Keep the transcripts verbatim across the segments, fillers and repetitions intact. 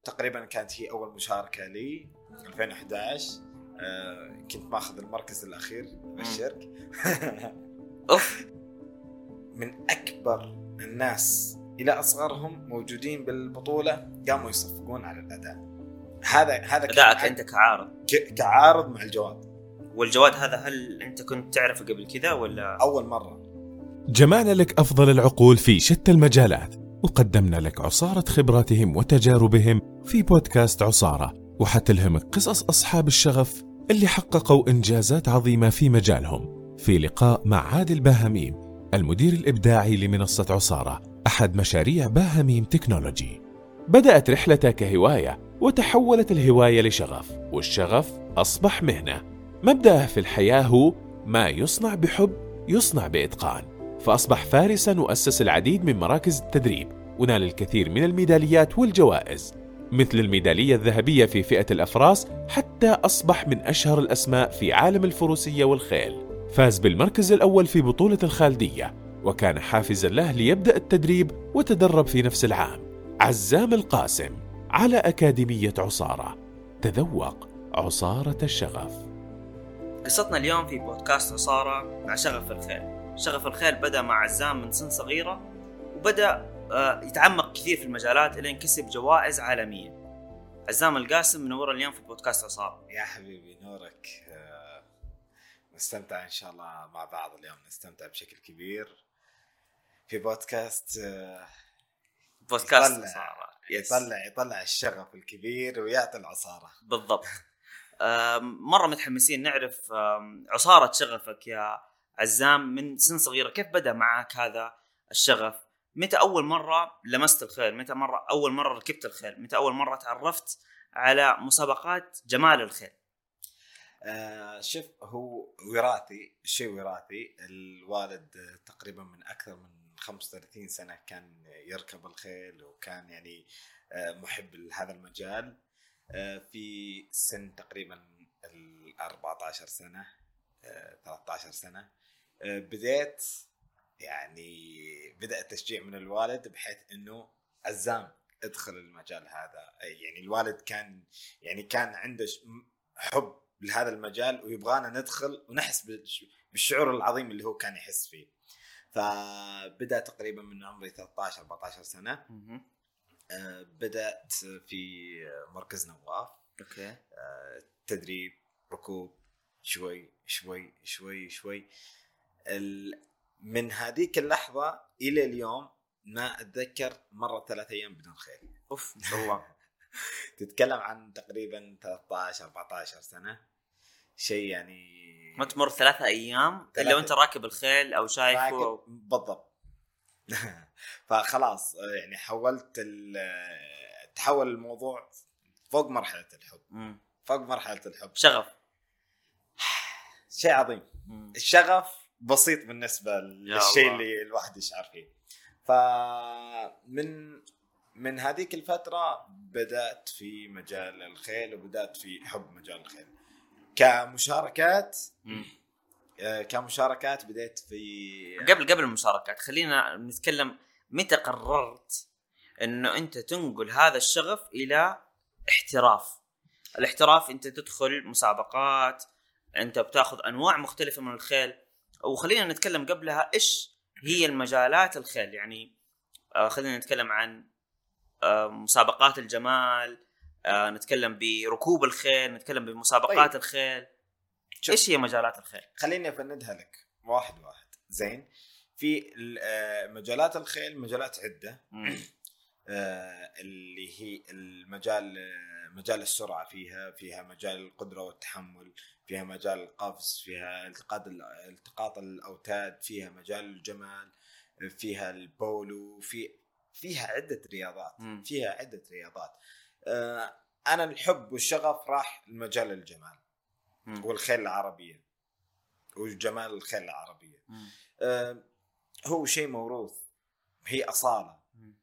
تقريبا كانت هي أول مشاركة لي ألفين وأحد عشر. آه كنت ماخذ المركز الأخير بالشرك. من أكبر الناس إلى أصغرهم موجودين بالبطولة قاموا يصفقون على الأداء. هذا هذا أداءك أنت كعارض ك... كعارض مع الجواد. والجواد هذا هل أنت كنت تعرفه قبل كذا ولا أول مرة؟ جمعنا لك أفضل العقول في شتى المجالات، وقدمنا لك عصارة خبراتهم وتجاربهم في بودكاست عصارة، وحتلهمك قصص أصحاب الشغف اللي حققوا إنجازات عظيمة في مجالهم. في لقاء مع عادل باهميم، المدير الإبداعي لمنصة عصارة، أحد مشاريع باهميم تكنولوجي. بدأت رحلته كهواية وتحولت الهواية لشغف، والشغف أصبح مهنة. مبدأه في الحياة هو ما يصنع بحب يصنع بإتقان، فأصبح فارساً وأسس العديد من مراكز التدريب، ونال الكثير من الميداليات والجوائز مثل الميدالية الذهبية في فئة الأفراس، حتى أصبح من أشهر الأسماء في عالم الفروسية والخيل. فاز بالمركز الأول في بطولة الخالدية، وكان حافزاً له ليبدأ التدريب وتدرب في نفس العام. عزام القاسم على أكاديمية عصارة، تذوق عصارة الشغف. قصتنا اليوم في بودكاست عصارة مع شغف الخيل. شغف الخيل بدأ مع عزام من سن صغيرة، وبدأ يتعمق كثير في المجالات اللي انكسب جوائز عالمية. عزام القاسم منور اليوم في بودكاست عصارة. يا حبيبي نورك. نستمتع إن شاء الله مع بعض اليوم، نستمتع بشكل كبير في بودكاست بودكاست يطلع عصارة. يطلع يطلع الشغف الكبير ويعطي العصارة. بالضبط. مرة متحمسين نعرف عصارة شغفك يا عزام من سن صغيرة. كيف بدأ معك هذا الشغف؟ متى أول مرة لمست الخيل؟ متى مرة أول مرة ركبت الخيل؟ متى أول مرة تعرفت على مسابقات جمال الخيل؟ آه شوف، هو وراثي، الشيء وراثي. الوالد تقريبا من أكثر من خمسة وثلاثين سنة كان يركب الخيل، وكان يعني آه محب لهذا المجال. آه في سن تقريبا الأربعة عشر سنة، آه ثلاثة عشر سنة، آه بديت يعني بدأ التشجيع من الوالد، بحيث إنه عزام ادخل المجال هذا. يعني الوالد كان يعني كان عنده حب لهذا المجال، ويبغانا ندخل ونحس بالشعور العظيم اللي هو كان يحس فيه. فبدأ تقريبا من عمري ثلاثة عشر أربعة عشر سنة. آه بدأت في مركز نواف. أوكي. آه تدريب، ركوب، شوي شوي شوي شوي. من هذيك اللحظة إلى اليوم ما أتذكر مرة ثلاثة أيام بدون خيل. أوف إن شاء الله. تتكلم عن تقريبا ثلاثة عشر أربعة عشر سنة، شيء يعني ما تمر ثلاثة أيام إلا وأنت راكب الخيل أو شايفه أو... بالضبط. فخلاص يعني حولت تحول الموضوع فوق مرحلة الحب. مم. فوق مرحلة الحب شغف، شيء عظيم. مم. الشغف بسيط بالنسبة للشيء اللي الواحد يشعر فيه. فمن من هذيك الفترة بدأت في مجال الخيل، وبدأت في حب مجال الخيل. كمشاركات آه كمشاركات بدأت في قبل قبل المشاركات. خلينا نتكلم متى قررت إنه أنت تنقل هذا الشغف إلى احتراف. الاحتراف أنت تدخل مسابقات، أنت بتأخذ أنواع مختلفة من الخيل. وخلينا نتكلم قبلها إيش هي المجالات الخيل. يعني آه خلينا نتكلم عن آه مسابقات الجمال، آه نتكلم بركوب الخيل، نتكلم بمسابقات طيب. الخيل. شوف. إيش هي مجالات الخيل؟ خليني أفندها لك واحد واحد. زين. في مجالات الخيل مجالات عدة. آه اللي هي المجال مجال السرعة، فيها فيها مجال القدرة والتحمل، فيها مجال القفز، فيها التقاط التقاط الأوتاد، فيها مجال الجمال، فيها البولو، في فيها عدة رياضات. م. فيها عدة رياضات. آه أنا الحب والشغف راح المجال الجمال م. والخيل العربية وجمال الخيل العربية. آه هو شيء موروث، هي أصالة.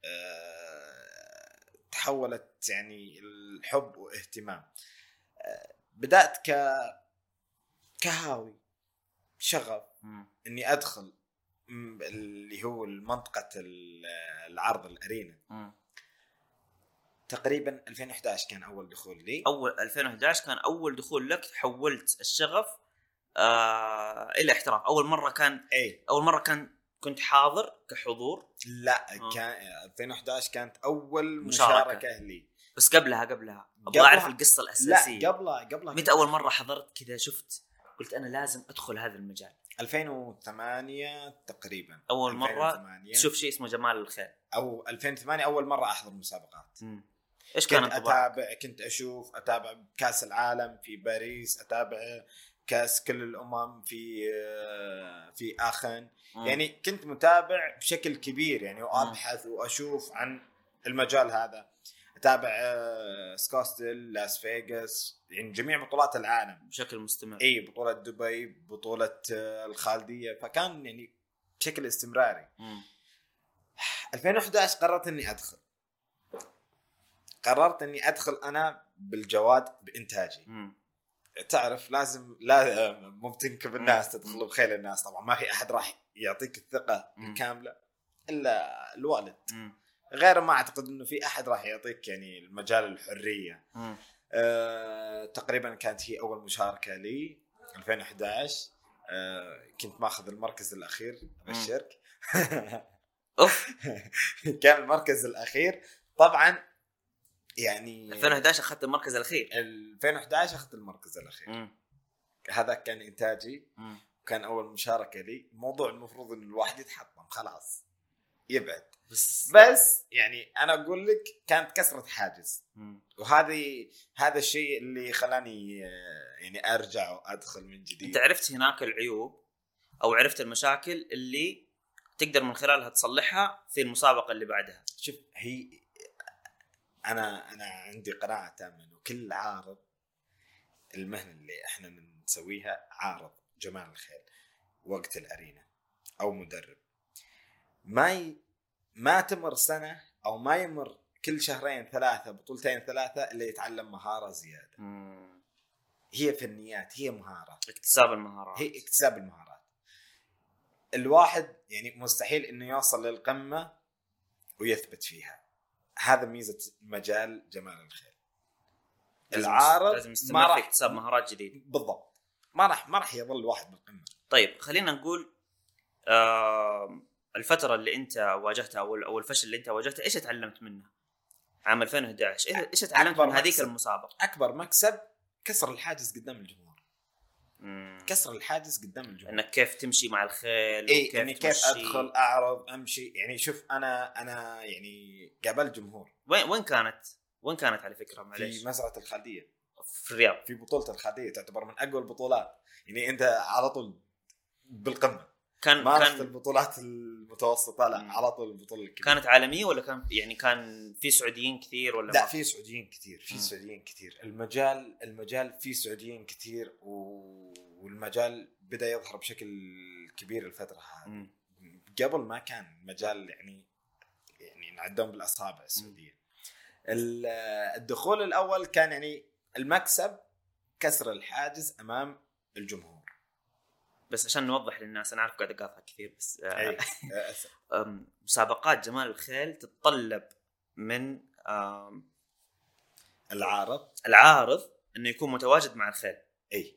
آه تحولت يعني الحب واهتمام. آه بدأت ك كهاوي شغف م. إني أدخل اللي هو المنطقة العرض الأرينا. م. تقريبا ألفين وإحدى عشر كان اول دخول لي. اول ألفين وإحدى عشر كان اول دخول لك، حولت الشغف آه الى احتراف. اول مره كان اي اول مره كان كنت حاضر كحضور؟ لا آه. كان ألفين وإحدى عشر كانت اول مشاركة. مشاركه لي. بس قبلها قبلها ابغى قبلها- اعرف القصه الاساسيه. لا قبلها قبلها متى اول مره حضرت كذا شفت قلت انا لازم ادخل هذا المجال؟ ألفين وثمانية تقريبا. اول مره ألفين وثمانية. تشوف شيء اسمه جمال الخيل. او ألفين وثمانية اول مره احضر مسابقات. مم. ايش كان كنت انطباعك؟ اتابع كنت اشوف اتابع كاس العالم في باريس، اتابع كاس كل الامم في في اخن. مم. يعني كنت متابع بشكل كبير يعني، وابحث واشوف عن المجال هذا. اتابع آه، سكوستل، لاس فيغاس، يعني جميع بطولات العالم بشكل مستمر. اي بطوله دبي، بطوله آه، الخالديه، فكان يعني بشكل استمراري. مم. ألفين وإحدى عشر قررت اني ادخل قررت اني ادخل انا بالجواد بانتاجي. مم. تعرف لازم لا مو بتنكب الناس، مم. تدخل بخيل الناس. طبعا ما في احد راح يعطيك الثقه مم. الكامله الا الوالد. مم. غير ما اعتقد انه في احد راح يعطيك يعني المجال الحريه. مم. أه تقريبا كانت هي اول مشاركه لي ألفين وإحدى عشر. أه كنت ماخذ المركز الاخير ابشرك. اوف كان المركز الاخير طبعا يعني. ألفين وإحدى عشر اخذت المركز الاخير. ألفين وإحدى عشر اخذت المركز الاخير. مم. هذا كان انتاجي، مم. كان اول مشاركه لي. موضوع المفروض ان الواحد يتحطم خلاص يبعد، بس بس يعني انا اقول لك كانت كسرة حاجز. مم. وهذه هذا الشيء اللي خلاني آه، يعني ارجع وادخل من جديد. انت عرفت هناك العيوب او عرفت المشاكل اللي تقدر من خلالها تصلحها في المسابقه اللي بعدها. شوف هي انا انا عندي قناعه تامه انه كل عارض، المهنه اللي احنا نسويها عارض جمال الخيل وقت الارينا او مدرب، ما ي... ما تمر سنه او ما يمر كل شهرين ثلاثه بطولتين ثلاثه اللي يتعلم مهاره زياده. مم. هي فنيات، هي مهاره، اكتساب المهارات، هي اكتساب المهارات. الواحد يعني مستحيل انه يوصل للقمه ويثبت فيها. هذا ميزه مجال جمال الخيل. العارض لازم يستمر ما في راح اكتساب مهارات جديده. بالضبط، ما راح ما راح يظل واحد بالقمه. طيب خلينا نقول آه الفتره اللي انت واجهتها او او الفشل اللي انت واجهته ايش تعلمت منه عام ألفين وإحدى عشر؟ ايش ايش تعلمت أكبر من هذيك مكسب. المسابقه؟ اكبر مكسب كسر الحاجز قدام الجمهور. مم. كسر الحاجز قدام الجمهور. انك كيف تمشي مع الخيل اي وكيف يعني كيف تمشي. ادخل اعرض امشي. يعني شوف انا انا يعني قابلت جمهور وين وين كانت وين كانت على فكره في معليش مزرعه الخالديه، في الرياض. في بطوله الخالديه تعتبر من اقوى البطولات. يعني انت على طول بالقمه، كان ما رحت كان البطولات المتوسطه، لا مم. على طول البطوله الكبيره. كانت عالميه ولا كان يعني كان في سعوديين كثير ولا لا ما؟ في سعوديين كثير، في مم. سعوديين كثير. المجال المجال في سعوديين كثير و... والمجال بدا يظهر بشكل كبير الفتره هذه. مم. قبل ما كان مجال يعني يعني نعدهم بالاصابع السعوديه. ال- الدخول الاول كان يعني المكسب كسر الحاجز امام الجمهور. بس عشان نوضح للناس، انا عارف قاعد اقاطع كثير بس آه، اي أسف. أم، مسابقات جمال الخيل تتطلب من أم، العارض العارض انه يكون متواجد مع الخيل. اي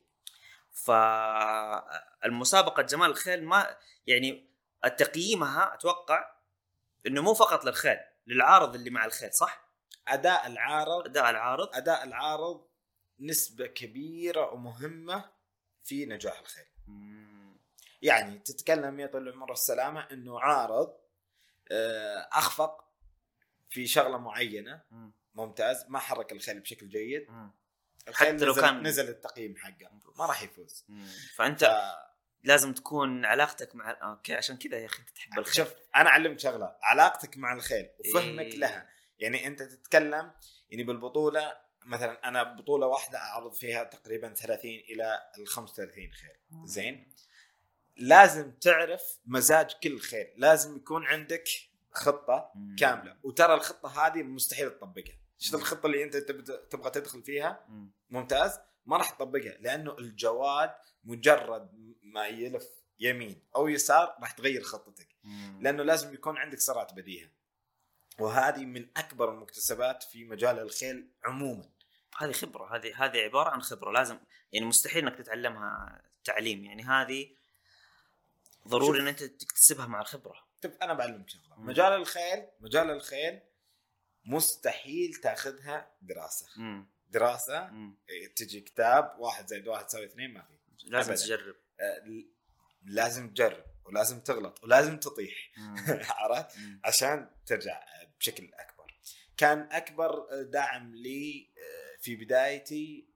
فالمسابقة جمال الخيل ما يعني تقييمها اتوقع انه مو فقط للخيل، للعارض اللي مع الخيل، صح؟ اداء العارض اداء العارض اداء العارض نسبه كبيره ومهمه في نجاح الخيل. مم. يعني تتكلم يا طويل العمر والسلامه انه عارض آه، اخفق في شغله معينه مم. ممتاز، ما حرك الخيل بشكل جيد، مم. الخيل حتى لو نزل, كان- نزل التقييم حقه ما راح يفوز. مم. فانت ف- لازم تكون علاقتك مع اوكي عشان كذا يا اخي انت تحب الخيل. شوف انا اعلمك شغله، علاقتك مع الخيل وفهمك إيه. لها. يعني انت تتكلم يعني بالبطوله مثلا، انا بطوله واحده اعرض فيها تقريبا ثلاثين الى خمسة وثلاثين خيل. زين، لازم تعرف مزاج كل خيل، لازم يكون عندك خطه مم. كامله. وترى الخطه هذه مستحيل تطبقها. شفت الخطه اللي انت تبت- تبغى تدخل فيها مم. ممتاز، ما راح تطبقها، لانه الجواد مجرد ما يلف يمين او يسار راح تغير خطتك، مم. لانه لازم يكون عندك سرعه بديهه. وهذه من اكبر المكتسبات في مجال الخيل عموما. هذه خبرة، هذه هذه عبارة عن خبرة، لازم يعني مستحيل انك تتعلمها تعليم، يعني هذه ضروري ان انت تكتسبها مع الخبرة. طيب انا بعلمك شغله، مجال الخيل مجال الخيل مستحيل تاخذها دراسة. مم. دراسة مم. تجي كتاب واحد زائد واحد تساوي اثنين، ما في، لازم أبداً. تجرب. آه، لازم تجرب ولازم تغلط ولازم تطيح عرفت عشان ترجع بشكل أكبر. كان أكبر داعم لي في بدايتي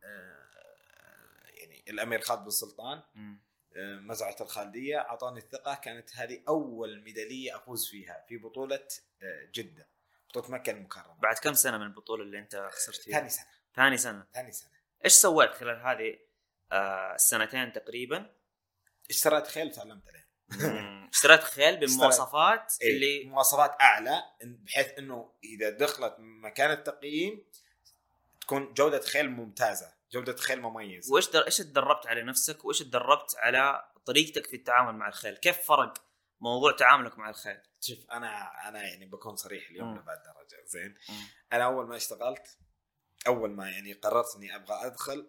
يعني الأمير خالد بن سلطان، مزرعة الخالدية، أعطاني الثقة. كانت هذه أول ميدالية أفوز فيها في بطولة جدة، بطولة مكة المكرمة. بعد كم سنة من البطولة اللي أنت خسرت فيها؟ ثاني سنة. ثاني سنة. ثاني سنة. إيش سويت خلال هذه آه السنتين تقريبا؟ اشتريت خيل وتعلمت عليه. اشتريت خيل بمواصفات إيه؟ اللي مواصفات أعلى، بحيث إنه إذا دخلت مكان التقييم تكون جودة خيل ممتازة، جودة خيل مميز. وإيش در... إيش تدربت على نفسك وإيش تدربت على طريقتك في التعامل مع الخيل؟ كيف فرق موضوع تعاملك مع الخيل؟ شوف أنا أنا يعني بكون صريح اليوم لبعد درجة زين. مم. أنا أول ما اشتغلت، أول ما يعني قررت إني أبغى أدخل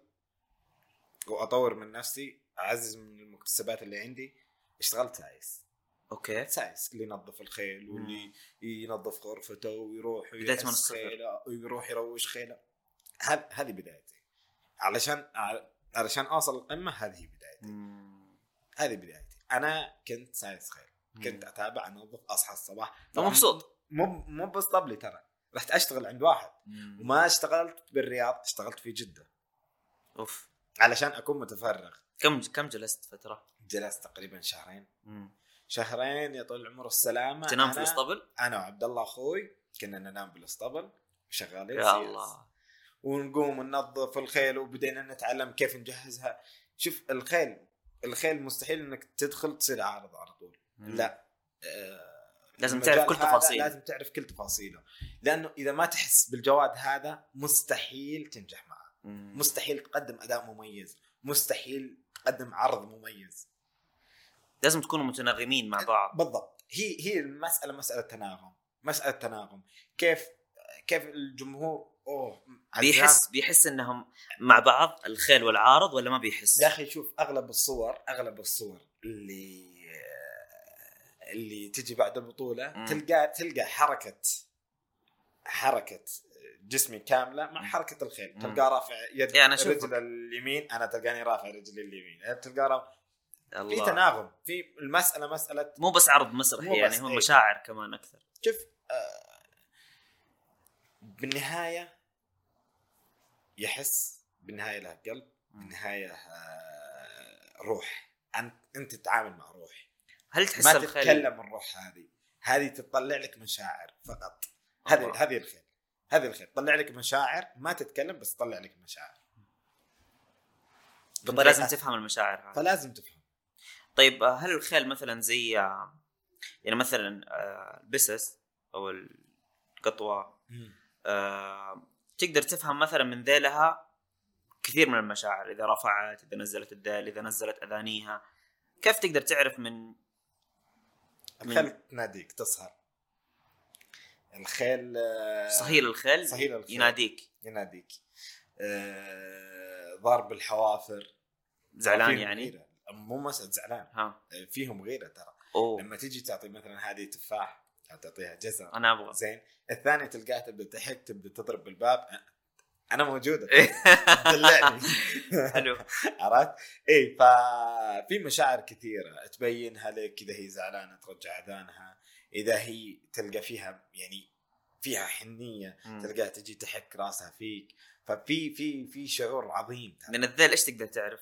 وأطور من نفسي، أعزز من المكتسبات اللي عندي، اشتغلت سايس. أوكي. سايس اللي ينظف الخيل واللي ينظف غرفته ويروح ويحس خيله ويروح يروش خيله. هذه هذه بدايتي. علشان علشان أوصل القمة هذه بدايتي. مم. هذه بدايتي. أنا كنت سايس خيل، كنت أتابع أنظف، أصحى الصباح مبسوط. مو مو باسطبلي ترى، رحت أشتغل عند واحد. مم. وما اشتغلت بالرياض، اشتغلت في جدة. أوف. علشان أكون متفرغ. كم كم جلست فترة؟ جلست تقريبا شهرين. مم. شهرين يا طول العمر السلامة. تنام في الاسطبل؟ أنا وعبد الله أخوي كنا ننام بالاسطبل شغالين يا الله، ونقوم ننظف الخيل، وبدينا نتعلم كيف نجهزها. شوف الخيل الخيل مستحيل إنك تدخل تصير عارض على طول. مم. لا آه لازم تعرف كل تفاصيله. لازم تعرف كل تفاصيله، لأنه إذا ما تحس بالجواد هذا مستحيل تنجح معه. مم. مستحيل تقدم أداء مميز، مستحيل تقدم عرض مميز. لازم تكونوا متناغمين مع بعض. بالضبط. هي هي المسألة مسألة تناغم، مسألة تناغم. كيف كيف الجمهور أوه بيحس بيحس إنهم مع بعض الخيل والعارض، ولا ما بيحس؟ يا أخي شوف أغلب الصور أغلب الصور اللي اللي تجي بعد البطولة م. تلقى تلقى حركة حركة جسمي كاملة مع حركة الخيل. تلقى رافع يد يعني رجل اليمين، أنا تلقاني رافع رجل اليمين. تلقى رافع. الله. في تناغم في المسألة، مسألة مو بس عرض مسرحي، يعني هو مشاعر كمان أكثر. شوف آه بالنهاية يحس، بالنهاية له قلب، بالنهاية آه روح. أنت أنت تتعامل مع روح. هل تحس ما الخيل تتكلم الروح هذه هذه تطلع لك مشاعر فقط. هذه هذه الخيل هذه الخيل تطلع لك مشاعر، ما تتكلم بس تطلع لك مشاعر. لازم تفهم المشاعر هذه. فلازم تفهم. طيب هل الخيل مثلا زي يعني مثلا البسس او القطوة آه، تقدر تفهم مثلا من ذيلها كثير من المشاعر، اذا رفعت، اذا نزلت الذيل، اذا نزلت اذانيها، كيف تقدر تعرف من الخيل من... تناديك تسهر. الخيل صهيل الخيل, صهيل الخيل يناديك يناديك آه... ضرب الحوافر، زعلان يعني غيرة. مو مسألة زعلان، ها. فيهم غيرة ترى. أوه. لما تيجي تعطي مثلا هذه تفاح أو تعطيها جزر، أنا أبغى زين، الثاني تلقاه تبدأ تحك، تبدأ تضرب بالباب، أنا موجودة دلعني. حلو. عرفت؟ إيه، ففي مشاعر كثيرة تبينها لك. إذا هي زعلانة ترجع أذانها، إذا هي تلقى فيها يعني فيها حنية م. تلقاها تجي تحك راسها فيك. ففي في في شعور عظيم. من الذيل إيش تقدر تعرف؟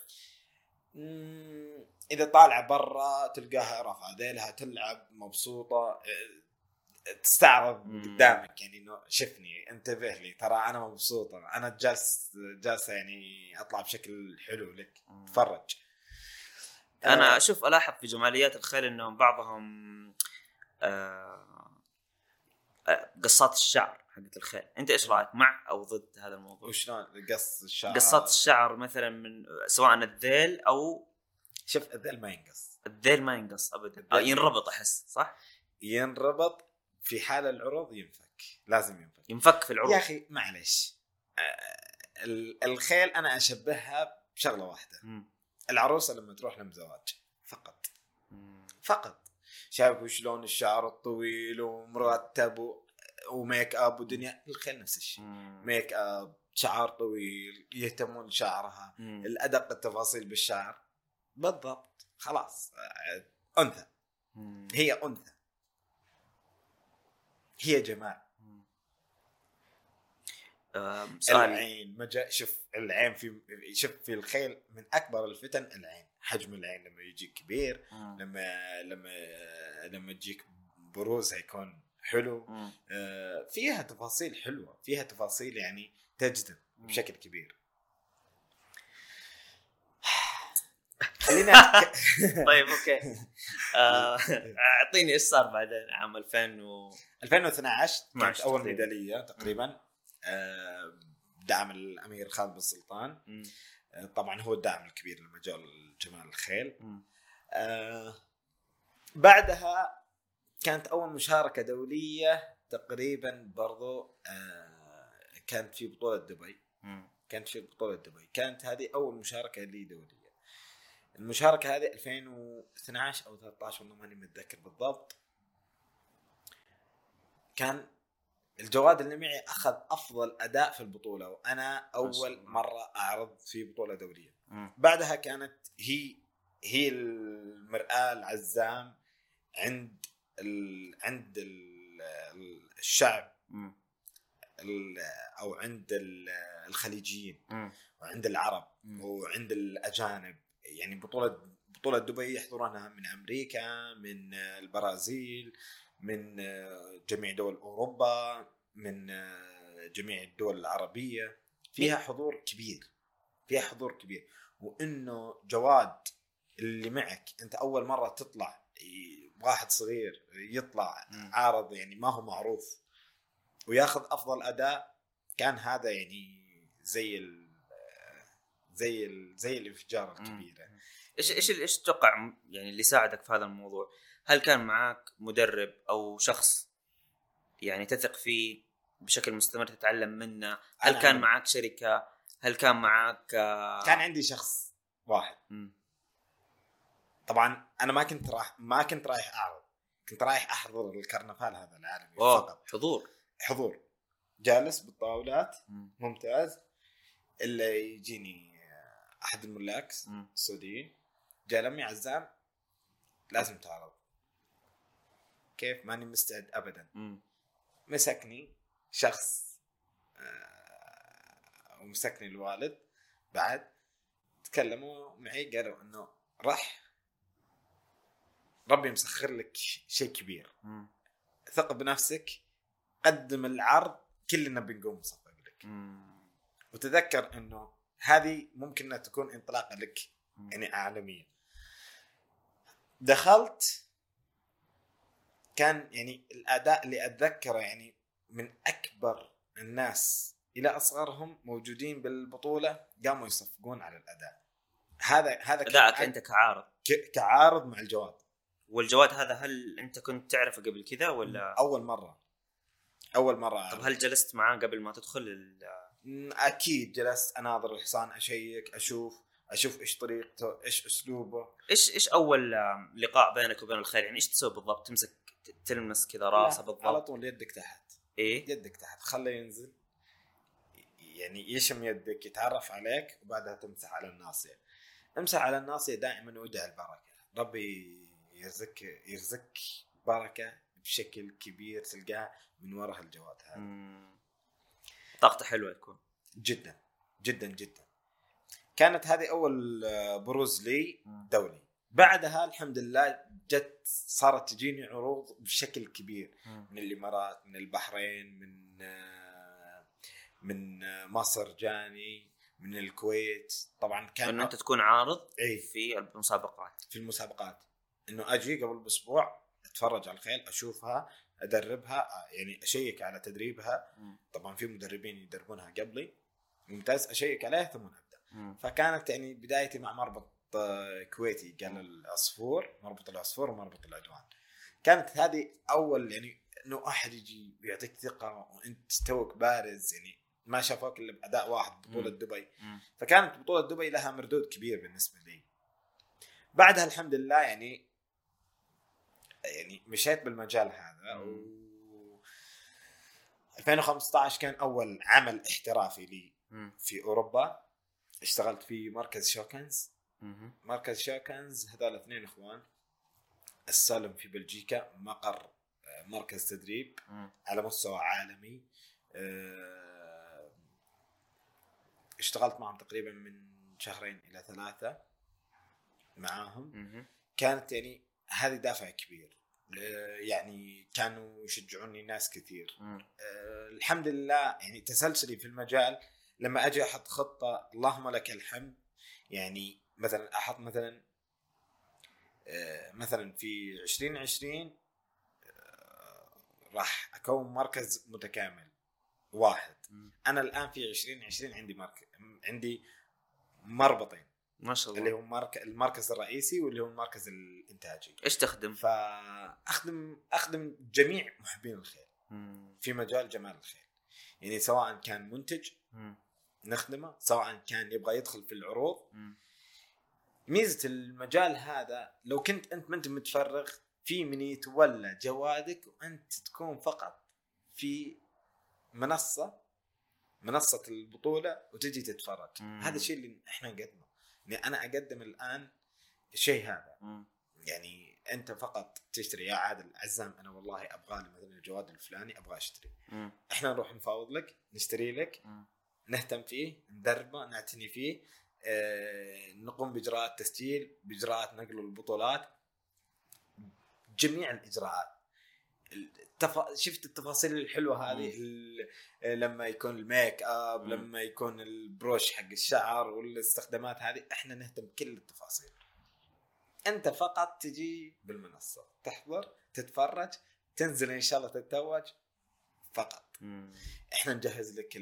إذا طالعة برا تلقاها رافعة ذيلها، تلعب مبسوطة، تستعرض مم. قدامك يعني إنه شفني، انتبه لي، ترى أنا مبسوطة، أنا جالس جالسة يعني أطلع بشكل حلو لك، تفرج. أنا أشوف ألاحظ في جماليات الخيل إنهم بعضهم آه قصات الشعر حقت الخيل. أنت إيش رأيك، مع أو ضد هذا الموضوع؟ وشلون قص الشعر؟ قصات الشعر مثلا من سواء الذيل أو شوف الذيل ما ينقص. الذيل ما ينقص أبدا. آه ينربط، أحس صح؟ ينربط في حال العروض ينفك. ينفك لازم ينفك ينفك في العروض يا اخي معليش. آه، ال- الخيل انا اشبهها بشغله واحده. مم. العروسه لما تروح لهم زواج فقط مم. فقط شايفوا شلون الشعر الطويل ومرتب و- وميك اب ودنيا. الخيل نفس الشيء، مم. ميك اب، شعر طويل، يهتمون لشعرها، مم. الادق التفاصيل بالشعر بالضبط. خلاص آه، انثى، مم. هي انثى، هي جمال. آم، سؤال. العين مجا... شوف العين في شوف في الخيل من اكبر الفتن العين، حجم العين لما يجيك كبير، مم. لما لما لما تجيك بروز هيكون حلو. مم. آه، فيها تفاصيل حلوه، فيها تفاصيل يعني تجذب بشكل كبير. خلينا أتك... طيب اوكي. آه، اعطيني ايش صار بعدين عام ألفين و ألفين واثناشر كانت اول تقريباً. ميداليه تقريبا. آه، دعم الامير خالد بن سلطان. مم. آه، طبعا هو الداعم الكبير لمجال جمال الخيل. مم. آه، بعدها كانت أول مشاركة دولية تقريبا برضو. آه، كانت في بطولة دبي. مم. كانت في بطولة دبي كانت هذه أول مشاركة لي دولية. المشاركة هذه ألفين واثناشر أو ثلاثة عشر والله ماني متذكر بالضبط. كان الجواد اللي معي أخذ أفضل أداء في البطولة، وأنا أول مرة أعرض في بطولة دولية. مم. بعدها كانت هي هي المرآة العزام عند ال... عند ال... الشعب مم. ال... او عند ال- الخليجيين مم. وعند العرب مم. وعند الاجانب. يعني بطوله بطوله دبي يحضرونها من امريكا، من البرازيل، من جميع دول اوروبا، من جميع الدول العربيه. فيها حضور كبير، فيها حضور كبير. وانه جواد اللي معك انت اول مره تطلع، واحد صغير يطلع مم. عارض يعني ما هو معروف وياخذ افضل اداء، كان هذا يعني زي ال زي ال زي الانفجار الكبيره. ايش ايش ايش تتوقع يعني اللي ساعدك في هذا الموضوع؟ هل كان معك مدرب او شخص يعني تثق فيه بشكل مستمر تتعلم منه؟ هل أنا كان عندي. معك شركة؟ هل كان معك آه، كان عندي شخص واحد. مم. طبعا انا ما كنت راح ما كنت رايح اعرض، كنت رايح احضر الكرنفال هذا العالمي أوه، فقط. حضور. حضور، جالس بالطاولات مم. ممتاز. الا يجيني احد الملاك مم. السعوديين جاء لمي عزام لازم تعرض. كيف؟ ماني مستعد ابدا. مم. مسكني شخص آه، ومسكني الوالد بعد، تكلموا معي قالوا انه راح ربي مسخر لك شيء كبير، مم. ثق بنفسك، قدم العرض كلنا بنقوم نصفق لك. مم. وتذكر انه هذه ممكن انها تكون انطلاقه لك مم. يعني عالميه. دخلت كان يعني الاداء اللي اتذكره يعني من اكبر الناس الى اصغرهم موجودين بالبطوله قاموا يصفقون على الاداء هذا. هذا أداءك أنت كعارض ك- كعارض مع الجواد. والجواد هذا هل أنت كنت تعرفه قبل كذا ولا؟ اول مره اول مره طب هل جلست معاه قبل ما تدخل ال... اكيد جلست اناظر الحصان، اشيك، اشوف اشوف ايش طريقته، ايش اسلوبه. ايش ايش اول آم، لقاء بينك وبين الخيل؟ يعني ايش تسوي بالضبط؟ تمسك ت- تلمس كذا راسه لا، بالضبط؟ على طول يدك تحت، ايه يدك تحت، خله ينزل يعني يشم يدك، يتعرف عليك، وبعدها تمسح على الناصية. امسح على الناصية دائما وادعي البركة، ربي يرزق يرزق بركة بشكل كبير تلقاه من وراء الجواد هذا. مم. طاقته حلوه تكون جدا جدا جدا. كانت هذه اول بروز لي دولي. بعدها الحمد لله جت صارت تجيني عروض بشكل كبير من الامارات، من البحرين، من من مصر جاني، من الكويت. طبعا كان انه انت تكون عارض أي. في المسابقات في المسابقات، انه اجي قبل باسبوع اتفرج على الخيل، اشوفها، ادربها، يعني اشيك على تدريبها. مم. طبعا في مدربين يدربونها قبلي ممتاز، اشيك عليها ثم ابدا. مم. فكانت يعني بدايتي مع مربط كويتي قال العصفور، مربط العصفور ومربط العدوان. كانت هذه اول يعني انه احد يجي يعطيك ثقه وانت توك بارز، يعني ما شافوك الا باداء واحد بطوله مم. دبي. مم. فكانت بطوله دبي لها مردود كبير بالنسبه لي. بعدها الحمد لله يعني يعني مشيت بالمجال هذا. و ألفين وخمسة عشر كان اول عمل احترافي لي مم. في اوروبا. اشتغلت في مركز شوكنز. مم. مركز شوكنز هذول اثنين اخوان، السالم في بلجيكا، مقر مركز تدريب مم. على مستوى عالمي. اشتغلت معهم تقريبا من شهرين الى ثلاثة معاهم. مم. كانت يعني هذه دافع كبير، يعني كانوا يشجعوني ناس كثير. مم. الحمد لله يعني تسلسلي في المجال لما اجي احط خطة اللهم لك الحمد. يعني مثلا احط مثلا مثلا في عشرين عشرين راح اكون مركز متكامل واحد. مم. انا الان في عشرين عشرين عندي مركز، عندي مربطين ما شاء الله، اللي هو مركز المركز الرئيسي واللي هو المركز الانتاجي. ايش تخدم؟ فاخدم اخدم جميع محبين الخيل مم. في مجال جمال الخيل، يعني سواء كان منتج مم. نخدمه، سواء كان يبغى يدخل في العروض. مم. ميزة المجال هذا لو كنت أنت ما أنت متفرغ في من يتولى جوادك وأنت تكون فقط في منصة منصة البطولة وتجي تتفرج. مم. هذا الشيء اللي إحنا نقدمه. يعني أنا أقدم الآن الشيء هذا. مم. يعني أنت فقط تشتري يا عادل عزام، أنا والله أبغى لي مثلا الجواد الفلاني أبغى أشتري. مم. إحنا نروح نفاوض لك، نشتري لك، مم. نهتم فيه، ندربه، نعتني فيه، آه، نقوم بإجراءات تسجيل، بإجراءات نقل البطولات، جميع الإجراءات. التف... شفت التفاصيل الحلوة هذه ال... لما يكون الميك اب، مم. لما يكون البروش حق الشعر والاستخدامات هذه، احنا نهتم كل التفاصيل. انت فقط تجي بالمنصة تحضر تتفرج تنزل ان شاء الله تتوج فقط. مم. احنا نجهز لك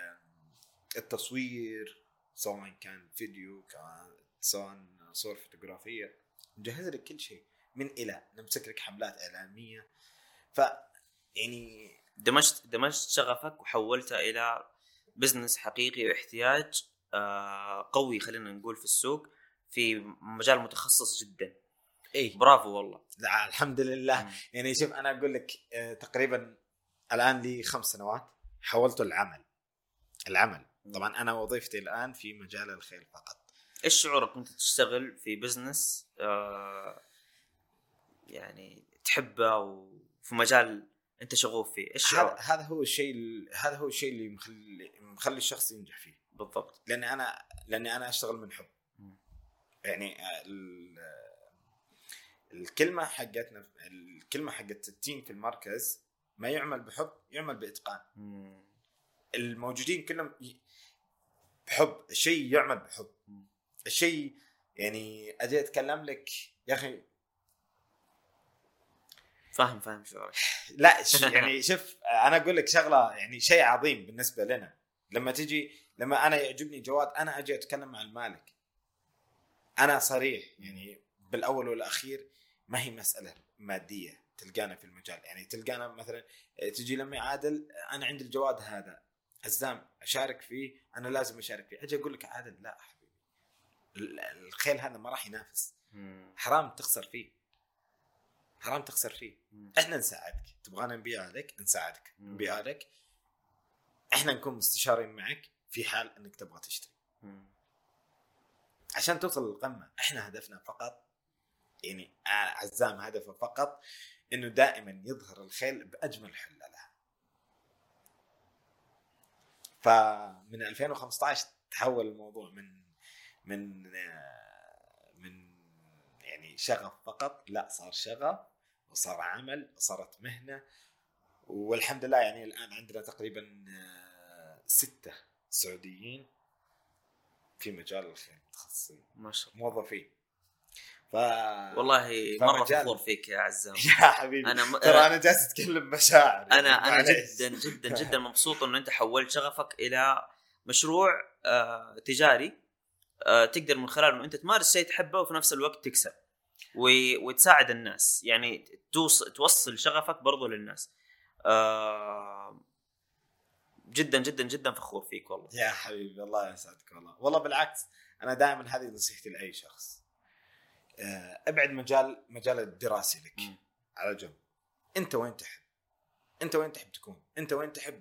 التصوير سواء كان فيديو كان سواء صور فوتوغرافية، نجهز لك كل شيء من إلى، نمسك لك حملات إعلامية. ف يعني دمجت دمجت شغفك وحولته إلى بزنس حقيقي واحتياج آه قوي، خلينا نقول في السوق، في مجال متخصص جدا. إيه برافو والله. لا الحمد لله. مم. يعني شوف أنا أقول لك آه تقريبا الآن لي خمس سنوات حولته العمل العمل طبعا أنا وظيفتي الآن في مجال الخيل فقط. إيش شعورك كنت تشتغل في بزنس آه يعني تحبه وفي مجال أنت شغوف فيه؟ إيش هذا شعورك؟ هذا هو الشيء هذا هو الشيء اللي مخلي مخلي الشخص ينجح فيه بالضبط. لأني أنا لأني أنا أشتغل من حب. مم. يعني الكلمة حقتنا الكلمة حقت التيم في المركز ما يعمل بحب يعمل بإتقان. مم. الموجودين كلهم بحب الشيء يعمل بحب. مم. الشيء يعني أجي أتكلم لك يا أخي فاهم فاهم شعورك. لا يعني شوف أنا أقول لك شغلة يعني شيء عظيم بالنسبة لنا لما تجي لما أنا يعجبني جواد أنا أجي أتكلم مع المالك أنا صريح. يعني بالأول والأخير ما هي مسألة مادية تلقانا في المجال. يعني تلقانا مثلا تجي لما عادل أنا عندي الجواد هذا عزام أشارك فيه أنا لازم أشارك فيه. أجي أقول لك عادل لا حبيبي الخيل هذا ما راح ينافس. مم. حرام تخسر فيه حرام تخسر فيه. مم. إحنا نساعدك تبغانا نبيع لك نساعدك مم. نبيع لك. إحنا نكون مستشارين معك في حال أنك تبغى تشتري مم. عشان توصل للقمة. إحنا هدفنا فقط يعني عزام هدفه فقط إنه دائما يظهر الخيل بأجمل حلة لها. فمن ألفين وخمسة عشر تحول الموضوع من من من يعني شغف فقط لا صار شغف وصار عمل وصارت مهنة. والحمد لله يعني الآن عندنا تقريبا ستة سعوديين في مجال الخيل متخصصين ما شاء الله موظفين. ف والله مرة فخور فيك يا عزام. يا حبيبي أنا م... ترى أنا جالس أتكلم مشاعر. أنا أنا جدا جدا جدا مبسوط إنه أنت حولت شغفك إلى مشروع آه تجاري آه تقدر من خلاله إنه أنت تمارس شيء تحبه وفي نفس الوقت تكسب. وتساعد الناس، يعني توصل توصل شغفك برضو للناس. آه جدا جدا جدا فخور فيك والله يا حبيبي، الله يسعدك والله. والله بالعكس، انا دائما هذه نصيحتي لاي شخص، ابعد مجال مجال الدراسي لك م. على جنب. انت وين تحب، انت وين تحب تكون، انت وين تحب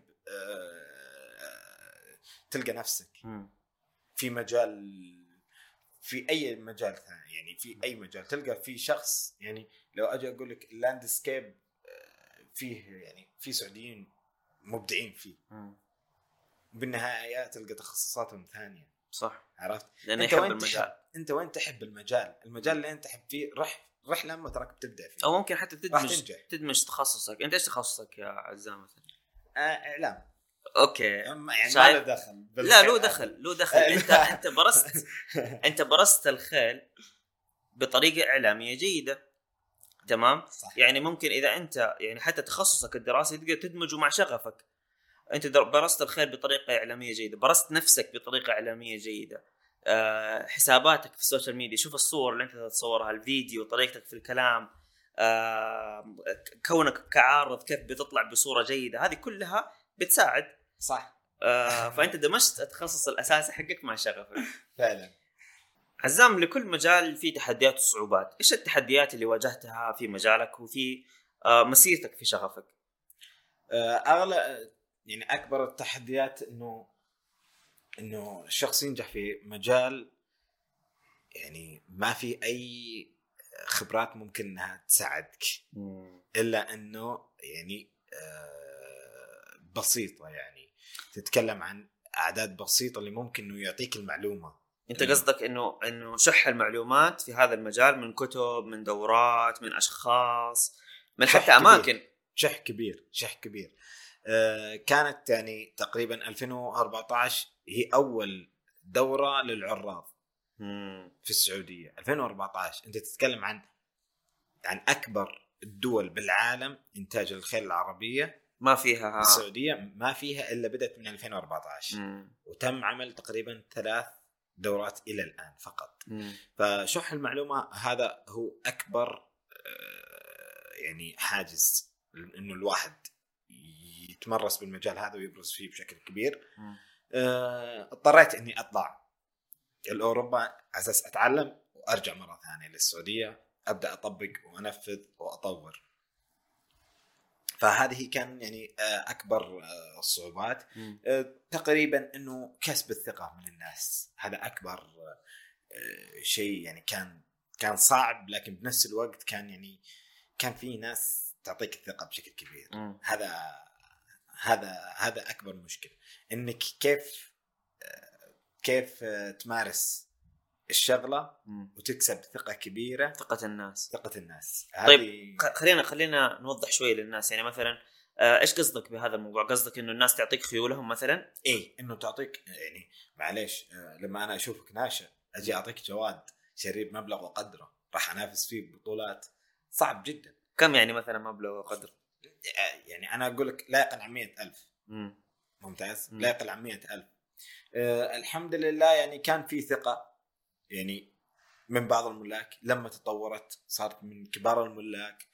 تلقى نفسك م. في مجال، في اي مجال ثاني، يعني في اي مجال تلقى في شخص. يعني لو اجي اقول لك اللاندسكيب فيه، يعني في سعوديين مبدعين فيه م. بالنهاية تلقى تخصصاتهم ثانية. صح، عرفت؟ لأن يحب المجال. انت وين تحب المجال، المجال اللي انت تحب فيه رح رح لما تراك بتبدع فيه، او ممكن حتى تدمج تدمج تخصصك. انت ايش تخصصك يا عزام مثلا؟ آه اعلام. اوكي، يعني ما له دخل. لا له دخل، له دخل. انت انت برست انت برست الخيل بطريقه اعلاميه جيده، تمام. صح. يعني ممكن اذا انت يعني حتى تخصصك الدراسي تقدر تدمجه مع شغفك. انت برست الخيل بطريقه اعلاميه جيده، برست نفسك بطريقه اعلاميه جيده. أه حساباتك في السوشيال ميديا، شوف الصور اللي انت تتصورها، الفيديو، طريقتك في الكلام، أه كونك كعارض كيف بتطلع بصوره جيده، هذه كلها بتساعد. صح. أه فانت دمجت التخصص الاساسي حقك مع شغفك. فعلا. عزام، لكل مجال فيه تحديات وصعوبات. ايش التحديات اللي واجهتها في مجالك وفي أه مسيرتك في شغفك؟ أه اغلى يعني اكبر التحديات انه انه الشخص ينجح في مجال يعني ما في اي خبرات ممكن انها تساعدك مم. الا انه يعني بسيطه، يعني تتكلم عن اعداد بسيطه اللي ممكن انه يعطيك المعلومه. انت قصدك انه انه شح المعلومات في هذا المجال من كتب، من دورات، من اشخاص، من حتى اماكن. شح كبير، شح كبير. آه كانت يعني تقريبا ألفين وأربعة عشر هي اول دوره للعراض مم. في السعوديه. ألفين وأربعة عشر انت تتكلم عن عن اكبر الدول بالعالم انتاج الخيل العربيه، ما فيها السعوديه ما فيها الا بدأت من ألفين وأربعة عشر مم. وتم عمل تقريبا ثلاث دورات الى الان فقط. مم. فشح المعلومه هذا هو اكبر آه يعني حاجز انه الواحد يتمرس بالمجال هذا ويبرز فيه بشكل كبير. آه، اضطريت اني اطلع لاوروبا على اساس اتعلم وارجع مره ثانيه للسعوديه ابدا اطبق وانفذ واطور. فهذه كان يعني آه اكبر آه الصعوبات. آه تقريبا انه كسب الثقه من الناس، هذا اكبر آه شيء يعني كان كان صعب، لكن بنفس الوقت كان يعني كان في ناس تعطيك الثقه بشكل كبير. م. هذا هذا هذا اكبر مشكله، انك كيف كيف تمارس الشغله م. وتكسب ثقه كبيره، ثقه الناس ثقه الناس. طيب خلينا خلينا نوضح شوي للناس. يعني مثلا ايش قصدك بهذا الموضوع؟ قصدك انه الناس تعطيك خيولهم مثلا؟ ايه، انه تعطيك يعني معليش لما انا اشوفك ناشئ اجي اعطيك جواد شريب مبلغ وقدره راح انافس فيه ببطولات، صعب جدا. كم يعني مثلا مبلغ وقدر؟ يعني أنا أقول لك لا يقل عن مئة ألف. مم. ممتاز. مم. لا يقل عن مئة ألف. أه الحمد لله يعني كان في ثقة يعني من بعض الملاك، لما تطورت صارت من كبار الملاك.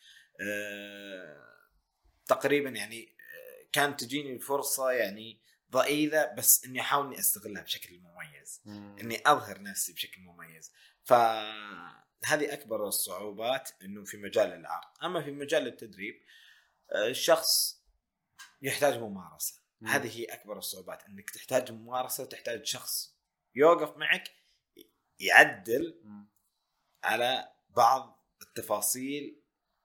أه تقريبا يعني كانت تجيني الفرصة يعني ضئيلة، بس إني أحاول إني أستغلها بشكل مميز. مم. إني أظهر نفسي بشكل مميز. فهذه أكبر الصعوبات إنه في مجال العرض. أما في مجال التدريب الشخص يحتاج ممارسة. مم. هذه هي أكبر الصعوبات، أنك تحتاج ممارسة وتحتاج شخص يوقف معك يعدل مم. على بعض التفاصيل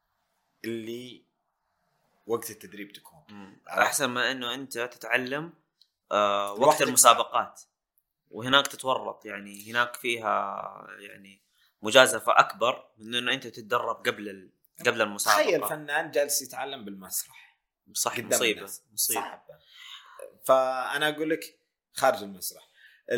اللي وقت التدريب تكون مم. أحسن ما أنه أنت تتعلم آه وقت المسابقات وهناك تتورط. يعني هناك فيها يعني مجازفة أكبر من أنه أنت تتدرب قبل ال... قبل المسابقة. تخيل فنان جالس يتعلم بالمسرح، صح، مصيبة مصيبة صعب. فأنا أقول لك خارج المسرح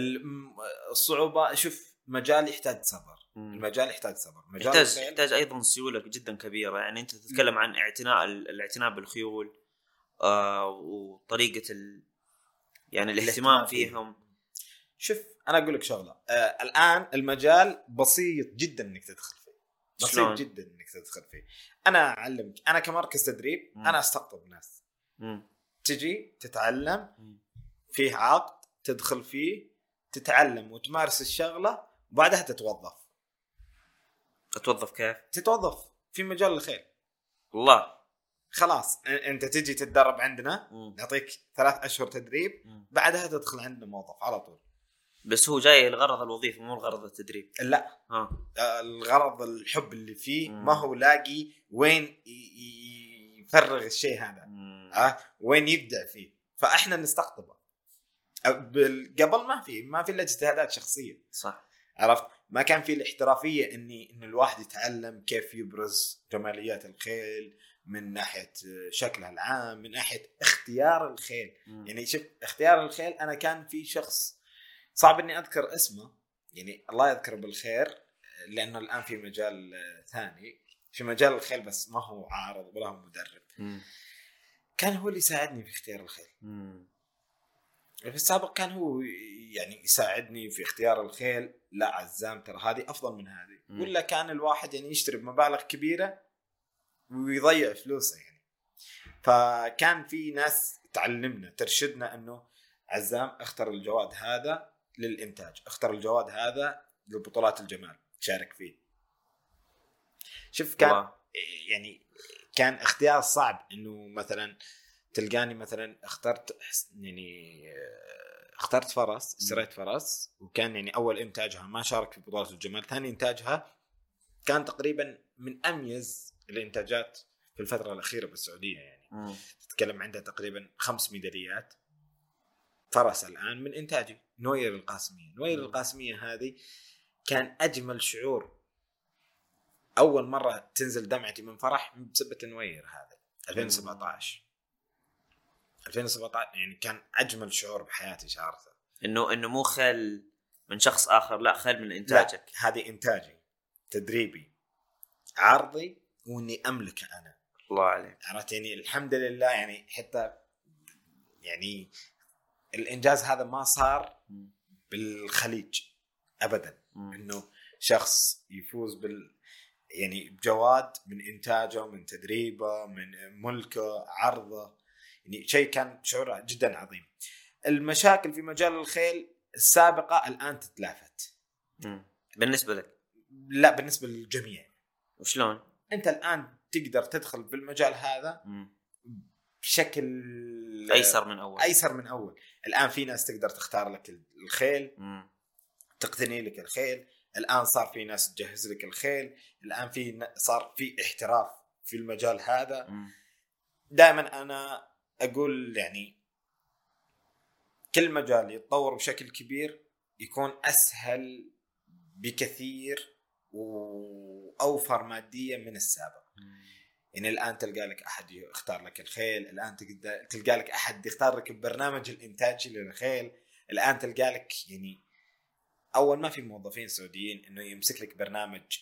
الصعوبة، شوف مجال يحتاج صبر. مم. المجال يحتاج صبر، مجال يحتاج يحتاج أيضا سيولة جدا كبيرة. يعني أنت تتكلم عن اعتناء الاعتناء بالخيول آه وطريقة ال... يعني الاهتمام فيهم. شوف أنا أقول لك شغلة، آه الآن المجال بسيط جدا إنك تدخل فيه. بسيط جدا انك تدخل فيه. انا اعلمك، انا كمركز تدريب م. انا استقطب ناس م. تجي تتعلم م. فيه عقد، تدخل فيه تتعلم وتمارس الشغله، وبعدها تتوظف. تتوظف كيف؟ تتوظف في مجال الخيل. الله، خلاص انت تجي تتدرب عندنا م. نعطيك ثلاث اشهر تدريب م. بعدها تدخل عندنا موظف على طول. بس هو جاي الغرض الوظيفي مو الغرض التدريب. لا ها. الغرض الحب اللي فيه م. ما هو لاقي وين يفرغ الشيء هذا أه؟ وين يبدع فيه، فاحنا نستقطبه. قبل ما في ما في الا اجتهادات شخصيه صح، عرفت؟ ما كان في الاحترافيه اني ان الواحد يتعلم كيف يبرز جماليات الخيل من ناحيه شكلها العام، من ناحيه اختيار الخيل م. يعني شوف اختيار الخيل، انا كان في شخص صعب اني اذكر اسمه، يعني الله يذكره بالخير لانه الان في مجال ثاني في مجال الخيل، بس ما هو عارض ولا هو مدرب م. كان هو اللي يساعدني في اختيار الخيل م. في السابق كان هو يعني يساعدني في اختيار الخيل. لا عزام ترى هذه افضل من هذه م. ولا كان الواحد يعني يشتري بمبالغ كبيره ويضيع فلوسه يعني. فكان في ناس تعلمنا ترشدنا انه عزام اختار الجواد هذا للإنتاج، اختار الجواد هذا للبطولات الجمال تشارك فيه. شوف كان الله. يعني كان اختيار صعب انه مثلا تلقاني مثلا اخترت يعني اخترت فرس، اشتريت فرس وكان يعني اول انتاجها ما شارك في بطولات الجمال، ثاني انتاجها كان تقريبا من اميز الانتاجات في الفترة الأخيرة بالسعودية يعني م. تتكلم عندها تقريبا خمس ميداليات فرس الآن من إنتاجي نوير القاسمية. نوير م. القاسمية هذه كان أجمل شعور، أول مرة تنزل دمعتي من فرح بسبة نوير هذا ألفين وسبعة عشر ألفين وسبعة عشر يعني كان أجمل شعور بحياتي شعرته إنه إنه مو خيل من شخص آخر، لا خيل من إنتاجك. هذه إنتاجي تدريبي عرضي وإني أملك أنا. الله عليك. عرفت يعني الحمد لله يعني حتى يعني الإنجاز هذا ما صار بالخليج أبدا م. إنه شخص يفوز بال يعني بجواد من إنتاجه من تدريبه من ملكه عرضه، يعني شيء كان شعور جدا عظيم. المشاكل في مجال الخيل السابقة الآن تتلافت م. بالنسبة لك؟ لا بالنسبة للجميع. وشلون؟ أنت الآن تقدر تدخل بالمجال هذا م. بشكل أيسر من أول. أيسر من أول. الآن في ناس تقدر تختار لك الخيل م. تقتني لك الخيل. الآن صار في ناس تجهز لك الخيل. الآن في صار في احتراف في المجال هذا م. دائما أنا أقول يعني كل مجال يتطور بشكل كبير يكون أسهل بكثير وأوفر ماديا من السابق. يعني الآن تلقى لك أحد يختار لك الخيل، الآن تلقى لك أحد يختار لك برنامج الإنتاج للخيل، الآن تلقى لك يعني أول ما في موظفين سعوديين إنه يمسك لك برنامج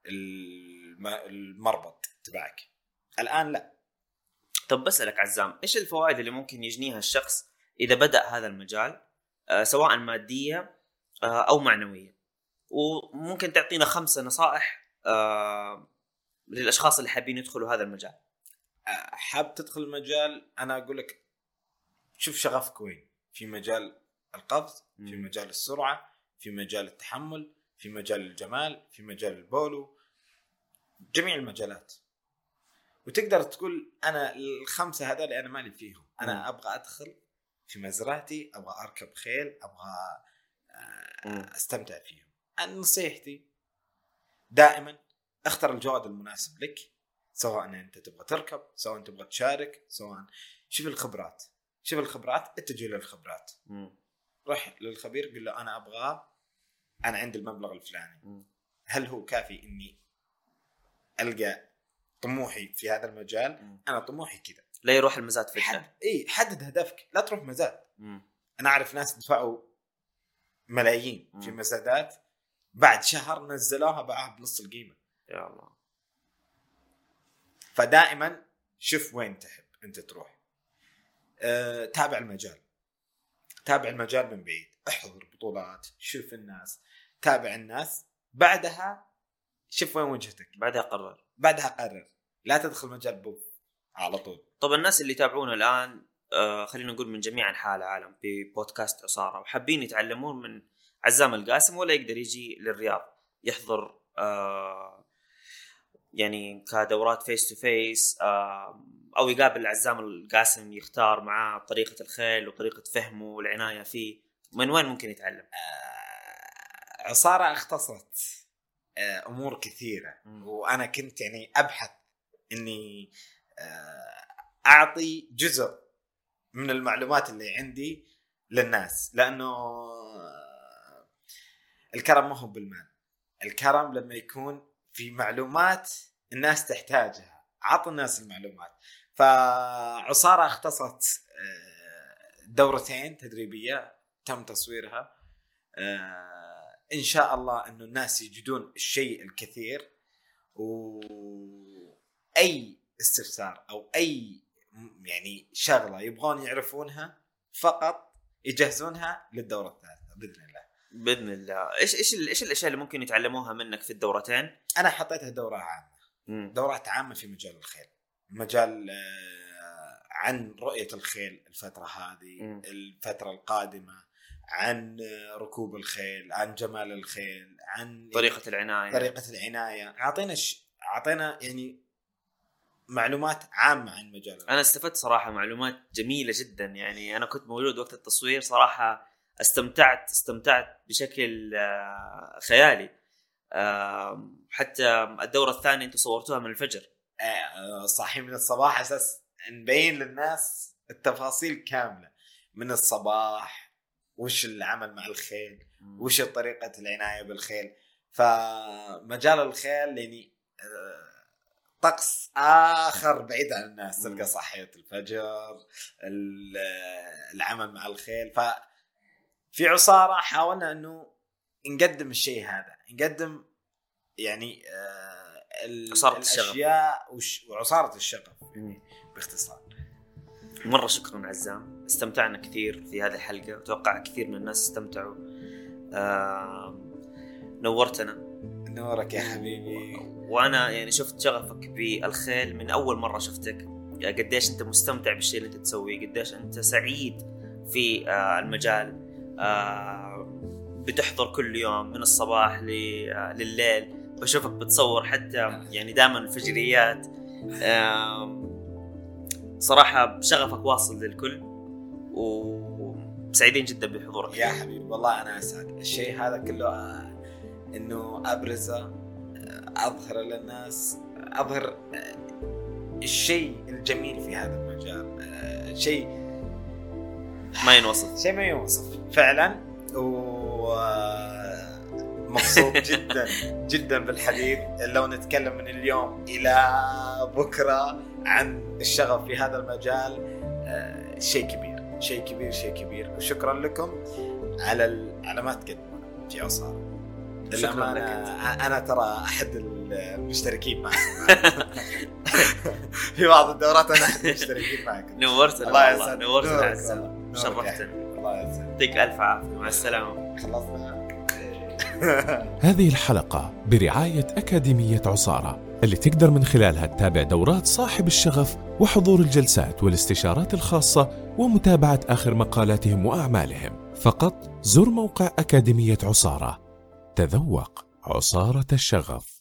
المربط تبعك، الآن لا. طب بسألك عزام، إيش الفوائد اللي ممكن يجنيها الشخص إذا بدأ هذا المجال آه سواء مادية آه أو معنوية؟ وممكن تعطينا خمسة نصائح آه للأشخاص اللي حابين يدخلوا هذا المجال. حاب تدخل المجال، أنا أقول لك شوف شغفك وين، في مجال القفز، في مجال السرعة، في مجال التحمل، في مجال الجمال، في مجال البولو، جميع المجالات. وتقدر تقول أنا الخمسة هذول أنا مالي فيهم، أنا أبغى أدخل في مزرعتي، أبغى أركب خيل، أبغى أستمتع فيهم. نصيحتي دائما اختر الجواد المناسب لك، سواء أنت تبغى تركب، سواء تبغى تشارك، سواء شوف الخبرات شوف الخبرات اتجه للخبرات. م. روح للخبير قل له أنا أبغى، أنا عندي المبلغ الفلاني م. هل هو كافي إني ألقى طموحي في هذا المجال؟ م. أنا طموحي كذا. لا يروح المزاد فجأة. حد... إيه حدد هدفك، لا تروح مزاد. م. أنا أعرف ناس دفعوا ملايين م. في مزادات بعد شهر نزلوها باعها بنص القيمة. يا الله. فدائما شوف وين تحب أنت تروح. أه، تابع المجال تابع المجال من بعيد، احضر بطولات، شوف الناس، تابع الناس، بعدها شوف وين وجهتك، بعدها قرر بعدها قرر. لا تدخل مجال بوب على طول. طب الناس اللي يتابعونا الآن آه خلينا نقول من جميع أنحاء العالم في بودكاست عصارة وحابين يتعلمون من عزام القاسم، ولا يقدر يجي للرياض يحضر آه يعني كدورات فيس تو فيس آه أو يقابل عزام القاسم يختار معاه طريقة الخيل وطريقة فهمه والعناية فيه، من وين ممكن يتعلم؟ آه عصارة اختصرت آه أمور كثيرة. م. وأنا كنت يعني أبحث إني آه أعطي جزء من المعلومات اللي عندي للناس، لأنه الكرم ما هو بالمال. الكرم لما يكون في معلومات الناس تحتاجها، عطوا الناس المعلومات. فعصارة اختصرت دورتين تدريبية تم تصويرها. إن شاء الله أنه الناس يجدون الشيء الكثير، وأي استفسار أو أي يعني شغلة يبغون يعرفونها فقط يجهزونها للدورة الثالثة بإذن الله. بإذن الله. إيش إيش إيش الأشياء اللي ممكن يتعلموها منك في الدورتين؟ أنا حطيتها دورة عامة. م. دورات عامة في مجال الخيل، مجال آه عن رؤية الخيل الفترة هذه، م. الفترة القادمة، عن ركوب الخيل، عن جمال الخيل، عن طريقة العناية طريقة العناية. أعطينا ش... أعطينا يعني معلومات عامة عن مجال. أنا استفدت صراحة معلومات جميلة جدا، يعني أنا كنت موجود وقت التصوير صراحة استمتعت استمتعت بشكل خيالي. حتى الدورة الثانية أنتوا صورتوها من الفجر، صاحي من الصباح أساس نبين للناس التفاصيل كاملة من الصباح، وش العمل مع الخيل، وش طريقة العناية بالخيل. فمجال الخيل يعني طقس آخر بعيد عن الناس، تلقى صحية الفجر، العمل مع الخيل. ففي عصارة حاولنا أنه نقدم الشيء هذا، نقدم يعني الأشياء وعصارة الشغف باختصار. مرة شكرا عزام، استمتعنا كثير في هذه الحلقة، وتوقع كثير من الناس استمتعوا. آه نورتنا. نورك يا حبيبي. وأنا يعني شفت شغفك بالخيل من أول مرة شفتك، قديش أنت مستمتع بالشيء اللي أنت تسويه، قديش أنت سعيد في آه المجال. آه بتحضر كل يوم من الصباح لليل، بشوفك بتصور حتى يعني دائما الفجريات. آه صراحة شغفك واصل للكل، وسعيدين جدا بحضورك يا حبيبي. والله أنا أسعد. الشيء هذا كله آه إنه أبرزه، أظهر للناس، أظهر الشيء الجميل في هذا المجال، شيء ما ينوصف، شيء ما ينوصف فعلا. ومبسوط جدا جدا بالحديث. لو نتكلم من اليوم إلى بكرة عن الشغف في هذا المجال، شيء كبير شيء كبير شيء كبير. وشكرا لكم على على ما تقدموا في عصارة. شكرا لك. أنا ترى أحد المشتركين معك في بعض الدورات، أنا أحد المشتركين معك. نورتنا والله، نورتنا عزام، شرفتنا. الله يسعدك. يعطيك ألف عافية. مع السلامة. خلصنا. هذه الحلقة برعاية أكاديمية عصارة، اللي تقدر من خلالها تتابع دورات صاحب الشغف وحضور الجلسات والاستشارات الخاصة ومتابعة آخر مقالاتهم وأعمالهم. فقط زر موقع أكاديمية عصارة، تذوق عصارة الشغف.